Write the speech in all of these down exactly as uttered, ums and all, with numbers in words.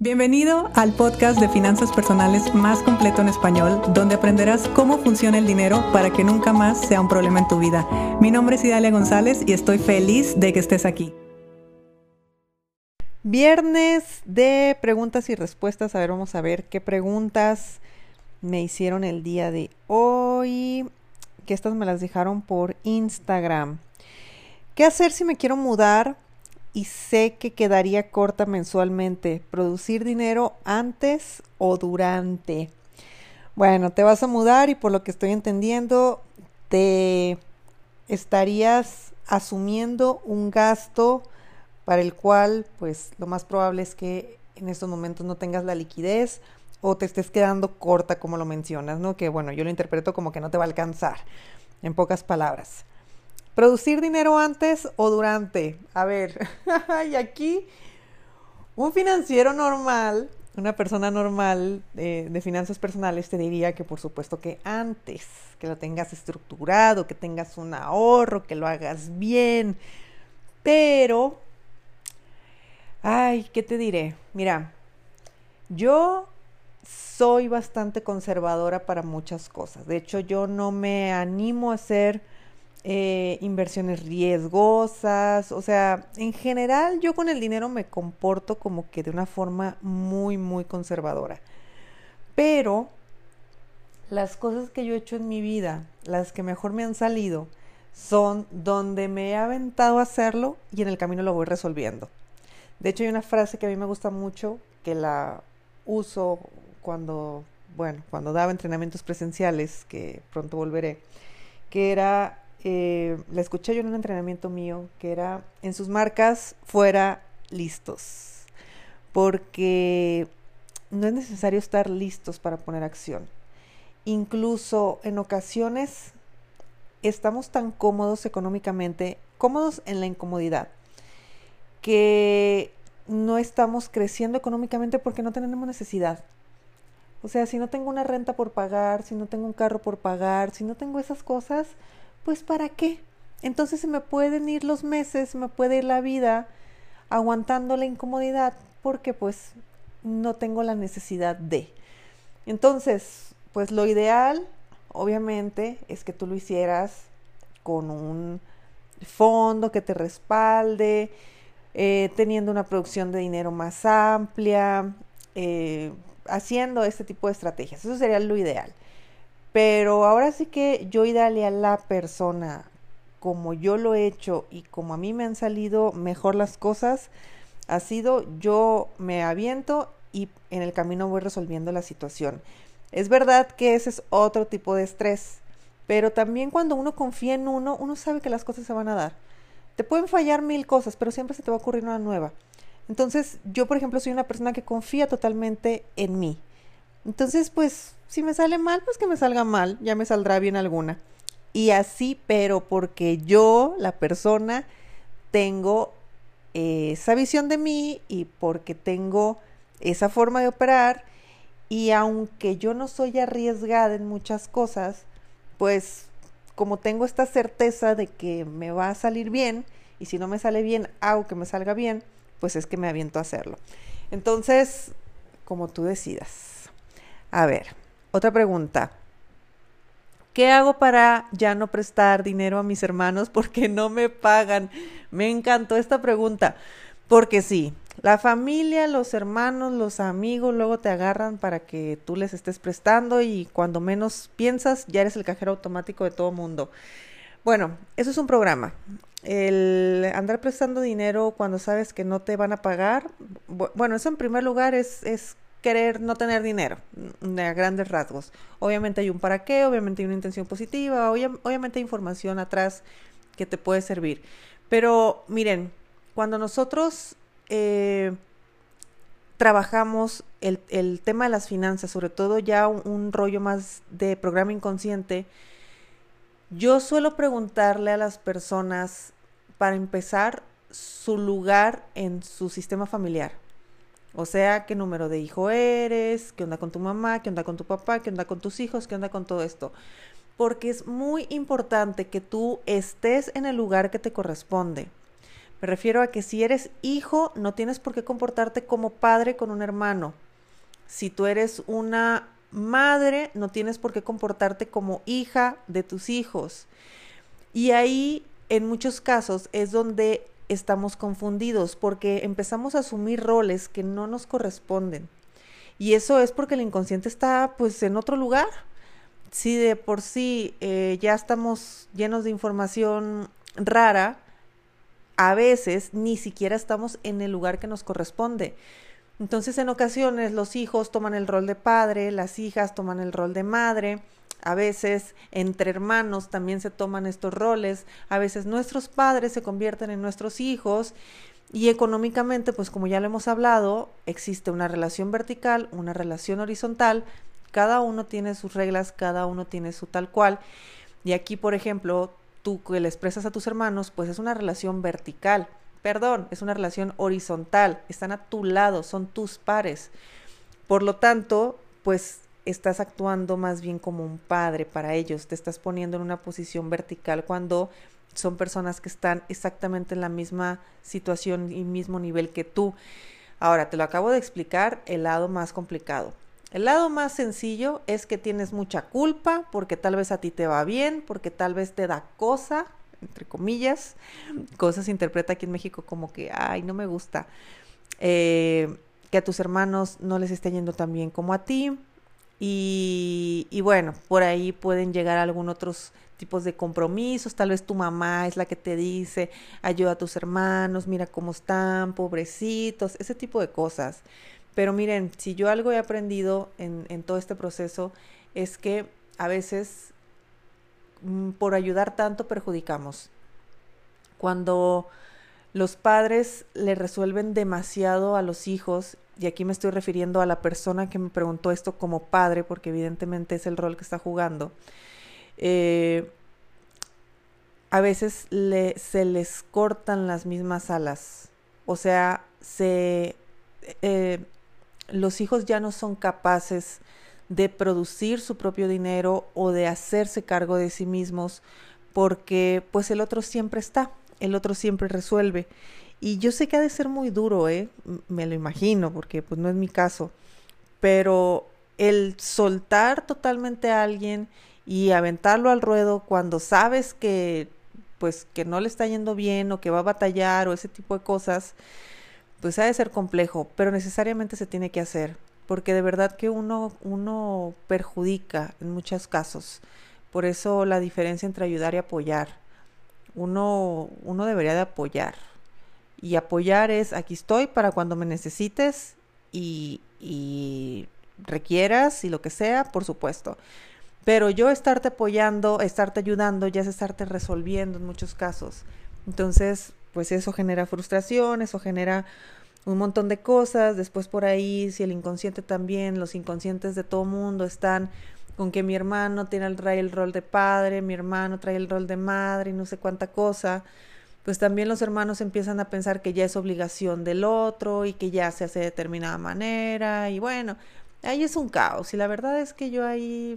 Bienvenido al podcast de finanzas personales más completo en español, donde aprenderás cómo funciona el dinero para que nunca más sea un problema en tu vida. Mi nombre es Idalia González y estoy feliz de que estés aquí. Viernes de preguntas y respuestas. A ver, vamos a ver qué preguntas me hicieron el día de hoy, que estas me las dejaron por Instagram. ¿Qué hacer si me quiero mudar y sé que quedaría corta mensualmente? ¿Producir dinero antes o durante? Bueno, te vas a mudar y por lo que estoy entendiendo, te estarías asumiendo un gasto para el cual, pues, lo más probable es que en estos momentos no tengas la liquidez o te estés quedando corta, como lo mencionas, ¿no? Que, bueno, yo lo interpreto como que no te va a alcanzar, en pocas palabras. ¿Producir dinero antes o durante? A ver, y aquí un financiero normal, una persona normal eh, de finanzas personales te diría que por supuesto que antes, que lo tengas estructurado, que tengas un ahorro, que lo hagas bien. Pero, ay, ¿qué te diré? Mira, yo soy bastante conservadora para muchas cosas. De hecho, yo no me animo a hacer Eh, inversiones riesgosas. O sea, en general yo con el dinero me comporto como que de una forma muy, muy conservadora. Pero las cosas que yo he hecho en mi vida, las que mejor me han salido, son donde me he aventado a hacerlo y en el camino lo voy resolviendo. De hecho, hay una frase que a mí me gusta mucho, que la uso cuando, bueno, cuando daba entrenamientos presenciales, que pronto volveré, que era... Eh, la escuché yo en un entrenamiento mío, que era: en sus marcas fuera listos, porque no es necesario estar listos para poner acción. Incluso en ocasiones estamos tan cómodos económicamente, cómodos en la incomodidad, que no estamos creciendo económicamente porque no tenemos necesidad. O sea, si no tengo una renta por pagar, si no tengo un carro por pagar, si no tengo esas cosas, pues ¿para qué? Entonces se me pueden ir los meses, se me puede ir la vida aguantando la incomodidad porque pues no tengo la necesidad de. Entonces, pues lo ideal, obviamente, es que tú lo hicieras con un fondo que te respalde, eh, teniendo una producción de dinero más amplia, eh, haciendo este tipo de estrategias. Eso sería lo ideal. Pero ahora sí que yo y Dalia, la persona, como yo lo he hecho y como a mí me han salido mejor las cosas, ha sido: yo me aviento y en el camino voy resolviendo la situación. Es verdad que ese es otro tipo de estrés, pero también cuando uno confía en uno, uno sabe que las cosas se van a dar. Te pueden fallar mil cosas, pero siempre se te va a ocurrir una nueva. Entonces, yo, por ejemplo, soy una persona que confía totalmente en mí. Entonces, pues, si me sale mal, pues que me salga mal, ya me saldrá bien alguna. Y así, pero porque yo, la persona, tengo eh, esa visión de mí y porque tengo esa forma de operar, y aunque yo no soy arriesgada en muchas cosas, pues como tengo esta certeza de que me va a salir bien, y si no me sale bien, hago que me salga bien, pues es que me aviento a hacerlo. Entonces, como tú decidas. A ver, otra pregunta. ¿Qué hago para ya no prestar dinero a mis hermanos porque no me pagan? Me encantó esta pregunta, porque sí, la familia, los hermanos, los amigos luego te agarran para que tú les estés prestando y cuando menos piensas ya eres el cajero automático de todo mundo. Bueno, eso es un programa. El andar prestando dinero cuando sabes que no te van a pagar, bueno, eso en primer lugar es... es querer no tener dinero, a grandes rasgos. Obviamente hay un para qué, obviamente hay una intención positiva, obviamente hay información atrás que te puede servir. Pero miren, cuando nosotros eh, trabajamos el, el tema de las finanzas, sobre todo ya un, un rollo más de programa inconsciente, yo suelo preguntarle a las personas, para empezar, su lugar en su sistema familiar. O sea, qué número de hijo eres, qué onda con tu mamá, qué onda con tu papá, qué onda con tus hijos, qué onda con todo esto. Porque es muy importante que tú estés en el lugar que te corresponde. Me refiero a que si eres hijo, no tienes por qué comportarte como padre con un hermano. Si tú eres una madre, no tienes por qué comportarte como hija de tus hijos. Y ahí, en muchos casos, es donde estamos confundidos, porque empezamos a asumir roles que no nos corresponden. Y eso es porque el inconsciente está, pues, en otro lugar. Si de por sí eh, ya estamos llenos de información rara, a veces ni siquiera estamos en el lugar que nos corresponde. Entonces, en ocasiones los hijos toman el rol de padre, las hijas toman el rol de madre, a veces entre hermanos también se toman estos roles, a veces nuestros padres se convierten en nuestros hijos y económicamente, pues como ya lo hemos hablado, existe una relación vertical, una relación horizontal, cada uno tiene sus reglas, cada uno tiene su tal cual. Y aquí, por ejemplo, tú que le expresas a tus hermanos, pues es una relación vertical. Perdón, es una relación horizontal, están a tu lado, son tus pares. Por lo tanto, pues estás actuando más bien como un padre para ellos, te estás poniendo en una posición vertical cuando son personas que están exactamente en la misma situación y mismo nivel que tú. Ahora, te lo acabo de explicar, el lado más complicado. El lado más sencillo es que tienes mucha culpa porque tal vez a ti te va bien, porque tal vez te da cosa, entre comillas, cosas se interpreta aquí en México como que, ay, no me gusta, eh, que a tus hermanos no les esté yendo tan bien como a ti, y, y bueno, por ahí pueden llegar a algún otros tipos de compromisos, tal vez tu mamá es la que te dice, ayuda a tus hermanos, mira cómo están, pobrecitos, ese tipo de cosas. Pero miren, si yo algo he aprendido en, en todo este proceso es que a veces por ayudar tanto perjudicamos. Cuando los padres le resuelven demasiado a los hijos, y aquí me estoy refiriendo a la persona que me preguntó esto como padre, porque evidentemente es el rol que está jugando, eh, a veces le, se les cortan las mismas alas. O sea, se, eh, los hijos ya no son capaces de producir su propio dinero o de hacerse cargo de sí mismos porque pues el otro siempre está, el otro siempre resuelve. Y yo sé que ha de ser muy duro, ¿eh? Me lo imagino, porque pues no es mi caso, pero el soltar totalmente a alguien y aventarlo al ruedo cuando sabes que pues que no le está yendo bien o que va a batallar o ese tipo de cosas, pues ha de ser complejo, pero necesariamente se tiene que hacer. Porque de verdad que uno, uno perjudica en muchos casos. Por eso la diferencia entre ayudar y apoyar. Uno, uno debería de apoyar. Y apoyar es, aquí estoy para cuando me necesites y, y requieras y lo que sea, por supuesto. Pero yo estarte apoyando, estarte ayudando, ya es estarte resolviendo en muchos casos. Entonces, pues eso genera frustración, eso genera un montón de cosas. Después por ahí, si el inconsciente también, los inconscientes de todo mundo están con que mi hermano tiene el, trae el rol de padre, mi hermano trae el rol de madre y no sé cuánta cosa, pues también los hermanos empiezan a pensar que ya es obligación del otro y que ya se hace de determinada manera y bueno, ahí es un caos. Y la verdad es que yo ahí,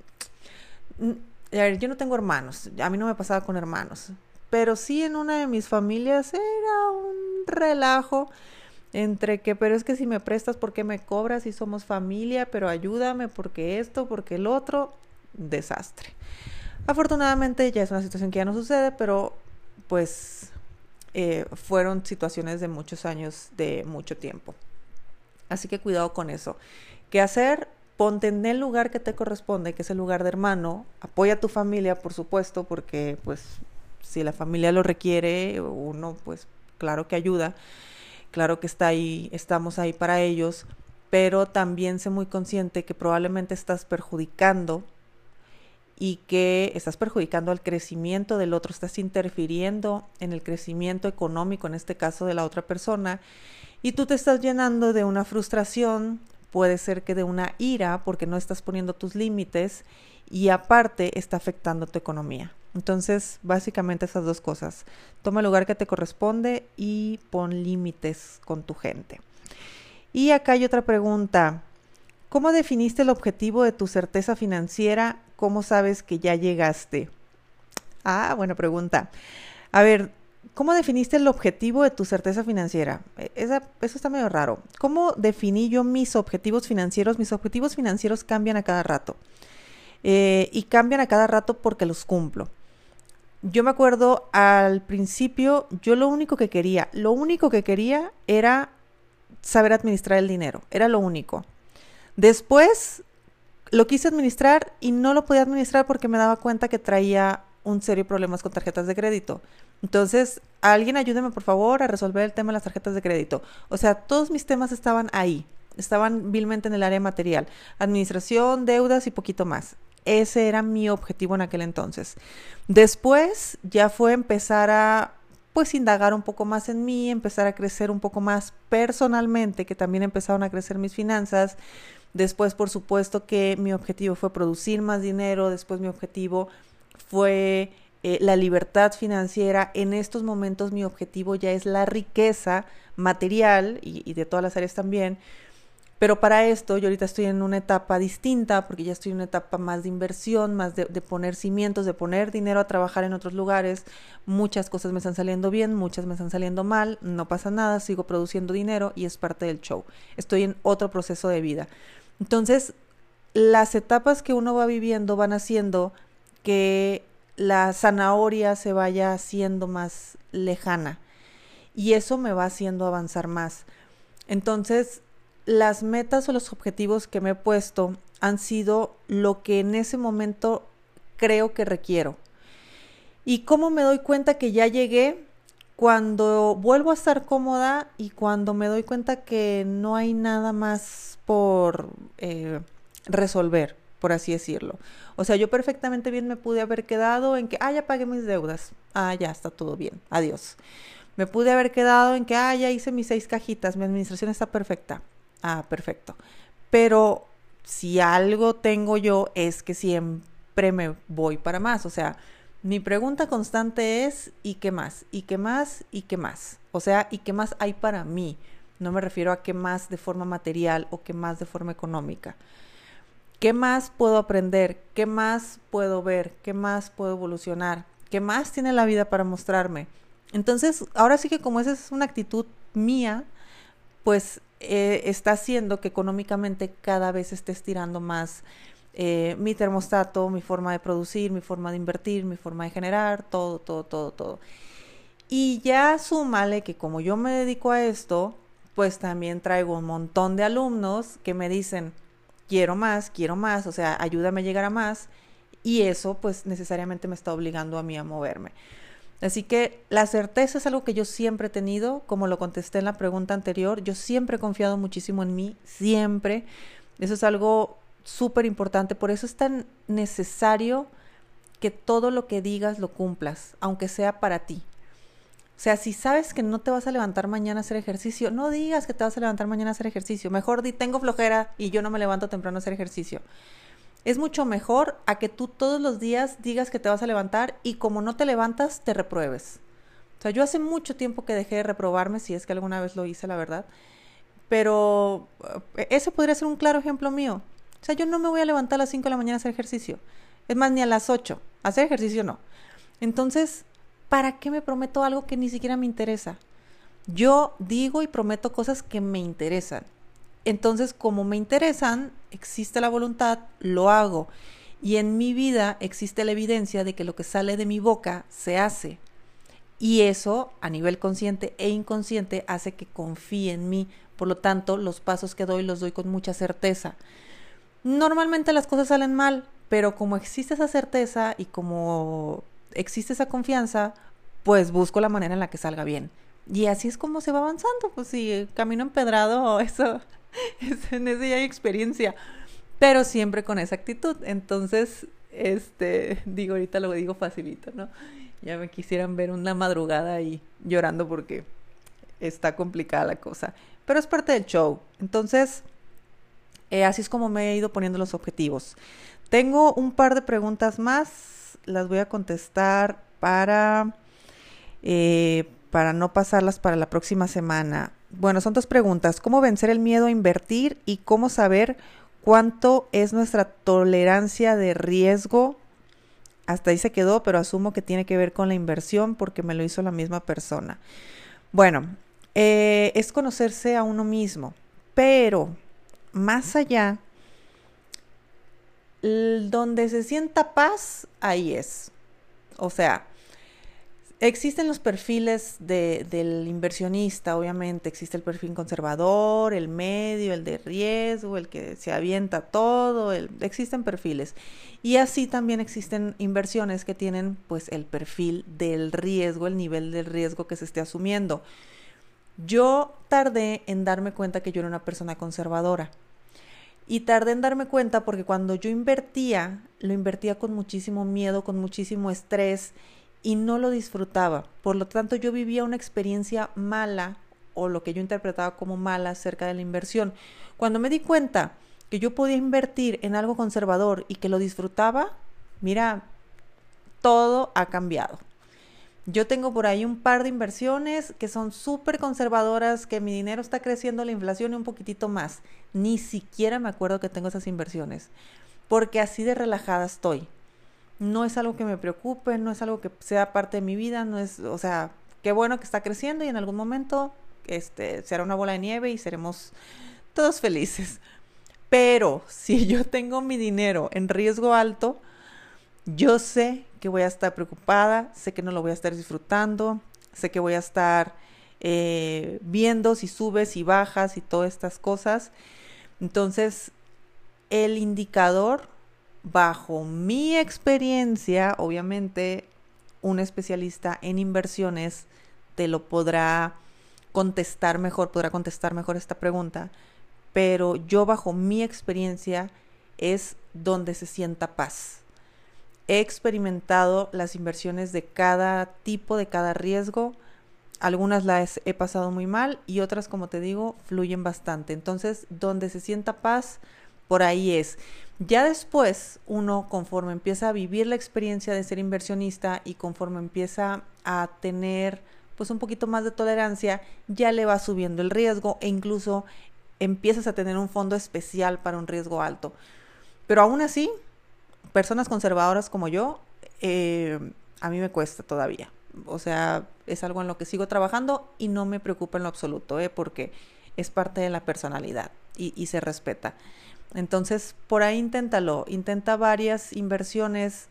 a ver, yo no tengo hermanos, a mí no me pasaba con hermanos, pero sí en una de mis familias era un relajo entre que, pero es que si me prestas, ¿por qué me cobras? Si somos familia, pero ayúdame, porque esto, porque el otro, desastre. Afortunadamente ya es una situación que ya no sucede, pero pues eh, fueron situaciones de muchos años, de mucho tiempo. Así que cuidado con eso. ¿Qué hacer? Ponte en el lugar que te corresponde, que es el lugar de hermano. Apoya a tu familia, por supuesto, porque pues si la familia lo requiere, uno pues claro que ayuda. Claro que está ahí, estamos ahí para ellos, pero también sé muy consciente que probablemente estás perjudicando y que estás perjudicando al crecimiento del otro, estás interfiriendo en el crecimiento económico, en este caso de la otra persona, y tú te estás llenando de una frustración, puede ser que de una ira, porque no estás poniendo tus límites y aparte está afectando tu economía. Entonces, básicamente esas dos cosas. Toma el lugar que te corresponde y pon límites con tu gente. Y acá hay otra pregunta. ¿Cómo definiste el objetivo de tu certeza financiera? ¿Cómo sabes que ya llegaste? Ah, buena pregunta. A ver, ¿cómo definiste el objetivo de tu certeza financiera? Esa, eso está medio raro. ¿Cómo definí yo mis objetivos financieros? Mis objetivos financieros cambian a cada rato. Eh, y cambian a cada rato porque los cumplo. Yo me acuerdo al principio, yo lo único que quería, lo único que quería era saber administrar el dinero. Era lo único. Después lo quise administrar y no lo podía administrar porque me daba cuenta que traía un serio problemas con tarjetas de crédito. Entonces, alguien ayúdeme por favor a resolver el tema de las tarjetas de crédito. O sea, todos mis temas estaban ahí, estaban vilmente en el área material, administración, deudas y poquito más. Ese era mi objetivo en aquel entonces. Después ya fue empezar a, pues, indagar un poco más en mí, empezar a crecer un poco más personalmente, que también empezaron a crecer mis finanzas. Después, por supuesto, que mi objetivo fue producir más dinero. Después mi objetivo fue eh, la libertad financiera. En estos momentos mi objetivo ya es la riqueza material y, y de todas las áreas también. Pero para esto yo ahorita estoy en una etapa distinta porque ya estoy en una etapa más de inversión, más de, de poner cimientos, de poner dinero a trabajar en otros lugares. Muchas cosas me están saliendo bien, muchas me están saliendo mal, no pasa nada, sigo produciendo dinero y es parte del show. Estoy en otro proceso de vida. Entonces, las etapas que uno va viviendo van haciendo que la zanahoria se vaya haciendo más lejana y eso me va haciendo avanzar más. Entonces, las metas o los objetivos que me he puesto han sido lo que en ese momento creo que requiero. ¿Y cómo me doy cuenta que ya llegué? Cuando vuelvo a estar cómoda y cuando me doy cuenta que no hay nada más por eh, resolver, por así decirlo. O sea, yo perfectamente bien me pude haber quedado en que, ah, ya pagué mis deudas. Ah, ya está todo bien. Adiós. Me pude haber quedado en que, ah, ya hice mis seis cajitas. Mi administración está perfecta. Ah, perfecto. Pero si algo tengo yo es que siempre me voy para más. O sea, mi pregunta constante es, ¿y qué más? ¿Y qué más? ¿Y qué más? O sea, ¿y qué más hay para mí? No me refiero a qué más de forma material o qué más de forma económica. ¿Qué más puedo aprender? ¿Qué más puedo ver? ¿Qué más puedo evolucionar? ¿Qué más tiene la vida para mostrarme? Entonces, ahora sí que como esa es una actitud mía, pues eh, está haciendo que económicamente cada vez esté estirando más eh, mi termostato, mi forma de producir, mi forma de invertir, mi forma de generar, todo, todo, todo, todo. Y ya súmale que como yo me dedico a esto, pues también traigo un montón de alumnos que me dicen, quiero más, quiero más, o sea, ayúdame a llegar a más, y eso pues necesariamente me está obligando a mí a moverme. Así que la certeza es algo que yo siempre he tenido, como lo contesté en la pregunta anterior, yo siempre he confiado muchísimo en mí, siempre. Eso es algo súper importante, por eso es tan necesario que todo lo que digas lo cumplas, aunque sea para ti. O sea, si sabes que no te vas a levantar mañana a hacer ejercicio, no digas que te vas a levantar mañana a hacer ejercicio. Mejor di, tengo flojera y yo no me levanto temprano a hacer ejercicio. Es mucho mejor a que tú todos los días digas que te vas a levantar y como no te levantas, te repruebes. O sea, yo hace mucho tiempo que dejé de reprobarme, si es que alguna vez lo hice, la verdad. Pero ese podría ser un claro ejemplo mío. O sea, yo no me voy a levantar a las cinco de la mañana a hacer ejercicio. Es más, ni a las ocho. Hacer ejercicio no. Entonces, ¿para qué me prometo algo que ni siquiera me interesa? Yo digo y prometo cosas que me interesan. Entonces, como me interesan, existe la voluntad, lo hago. Y en mi vida existe la evidencia de que lo que sale de mi boca se hace. Y eso, a nivel consciente e inconsciente, hace que confíe en mí. Por lo tanto, los pasos que doy los doy con mucha certeza. Normalmente las cosas salen mal, pero como existe esa certeza y como existe esa confianza, pues busco la manera en la que salga bien. Y así es como se va avanzando. Pues sí, camino empedrado, eso... en ese ya hay experiencia, pero siempre con esa actitud. Entonces, este, digo, ahorita lo digo facilito, ¿no? Ya me quisieran ver una madrugada ahí llorando porque está complicada la cosa, pero es parte del show. Entonces, eh, así es como me he ido poniendo los objetivos. Tengo un par de preguntas más, las voy a contestar para... Eh, para no pasarlas para la próxima semana. Bueno, son dos preguntas. ¿Cómo vencer el miedo a invertir y cómo saber cuánto es nuestra tolerancia de riesgo hasta ahí se quedó, pero asumo que tiene que ver con la inversión porque me lo hizo la misma persona. Bueno, eh, es conocerse a uno mismo, pero más allá, donde se sienta paz, ahí es. O sea, existen los perfiles de, del inversionista, obviamente. Existe el perfil conservador, el medio, el de riesgo, el que se avienta todo. El, existen perfiles. Y así también existen inversiones que tienen pues el perfil del riesgo, el nivel del riesgo que se esté asumiendo. Yo tardé en darme cuenta que yo era una persona conservadora. Y tardé en darme cuenta porque cuando yo invertía, lo invertía con muchísimo miedo, con muchísimo estrés y no lo disfrutaba. Por lo tanto, yo vivía una experiencia mala o lo que yo interpretaba como mala acerca de la inversión. Cuando me di cuenta que yo podía invertir en algo conservador y que lo disfrutaba, mira, todo ha cambiado. Yo tengo por ahí un par de inversiones que son súper conservadoras, que mi dinero está creciendo, la inflación y un poquitito más. Ni siquiera me acuerdo que tengo esas inversiones, porque así de relajada estoy. No es algo que me preocupe, no es algo que sea parte de mi vida, no es, o sea, qué bueno que está creciendo y en algún momento este, será una bola de nieve y seremos todos felices. Pero si yo tengo mi dinero en riesgo alto, yo sé que voy a estar preocupada, sé que no lo voy a estar disfrutando, sé que voy a estar eh, viendo si subes, si bajas y todas estas cosas. Entonces, el indicador, bajo mi experiencia, obviamente, un especialista en inversiones te lo podrá contestar mejor, podrá contestar mejor esta pregunta, pero yo bajo mi experiencia es donde se sienta paz. He experimentado las inversiones de cada tipo, de cada riesgo. Algunas las he pasado muy mal y otras, como te digo, fluyen bastante. Entonces, donde se sienta paz, por ahí es. Ya después, uno conforme empieza a vivir la experiencia de ser inversionista y conforme empieza a tener pues un poquito más de tolerancia, ya le va subiendo el riesgo e incluso empiezas a tener un fondo especial para un riesgo alto. Pero aún así, personas conservadoras como yo, eh, a mí me cuesta todavía. O sea, es algo en lo que sigo trabajando y no me preocupa en lo absoluto, ¿eh? Porque es parte de la personalidad y, y se respeta. Entonces, por ahí inténtalo. Intenta varias inversiones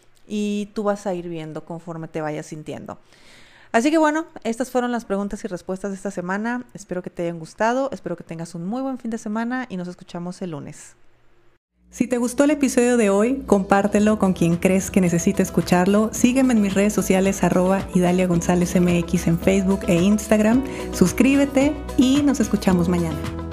y tú vas a ir viendo conforme te vayas sintiendo. Así que bueno, estas fueron las preguntas y respuestas de esta semana. Espero que te hayan gustado, espero que tengas un muy buen fin de semana y nos escuchamos el lunes. Si te gustó el episodio de hoy, compártelo con quien crees que necesite escucharlo. Sígueme en mis redes sociales arroba Idalia González M X en Facebook e Instagram. Suscríbete y nos escuchamos mañana.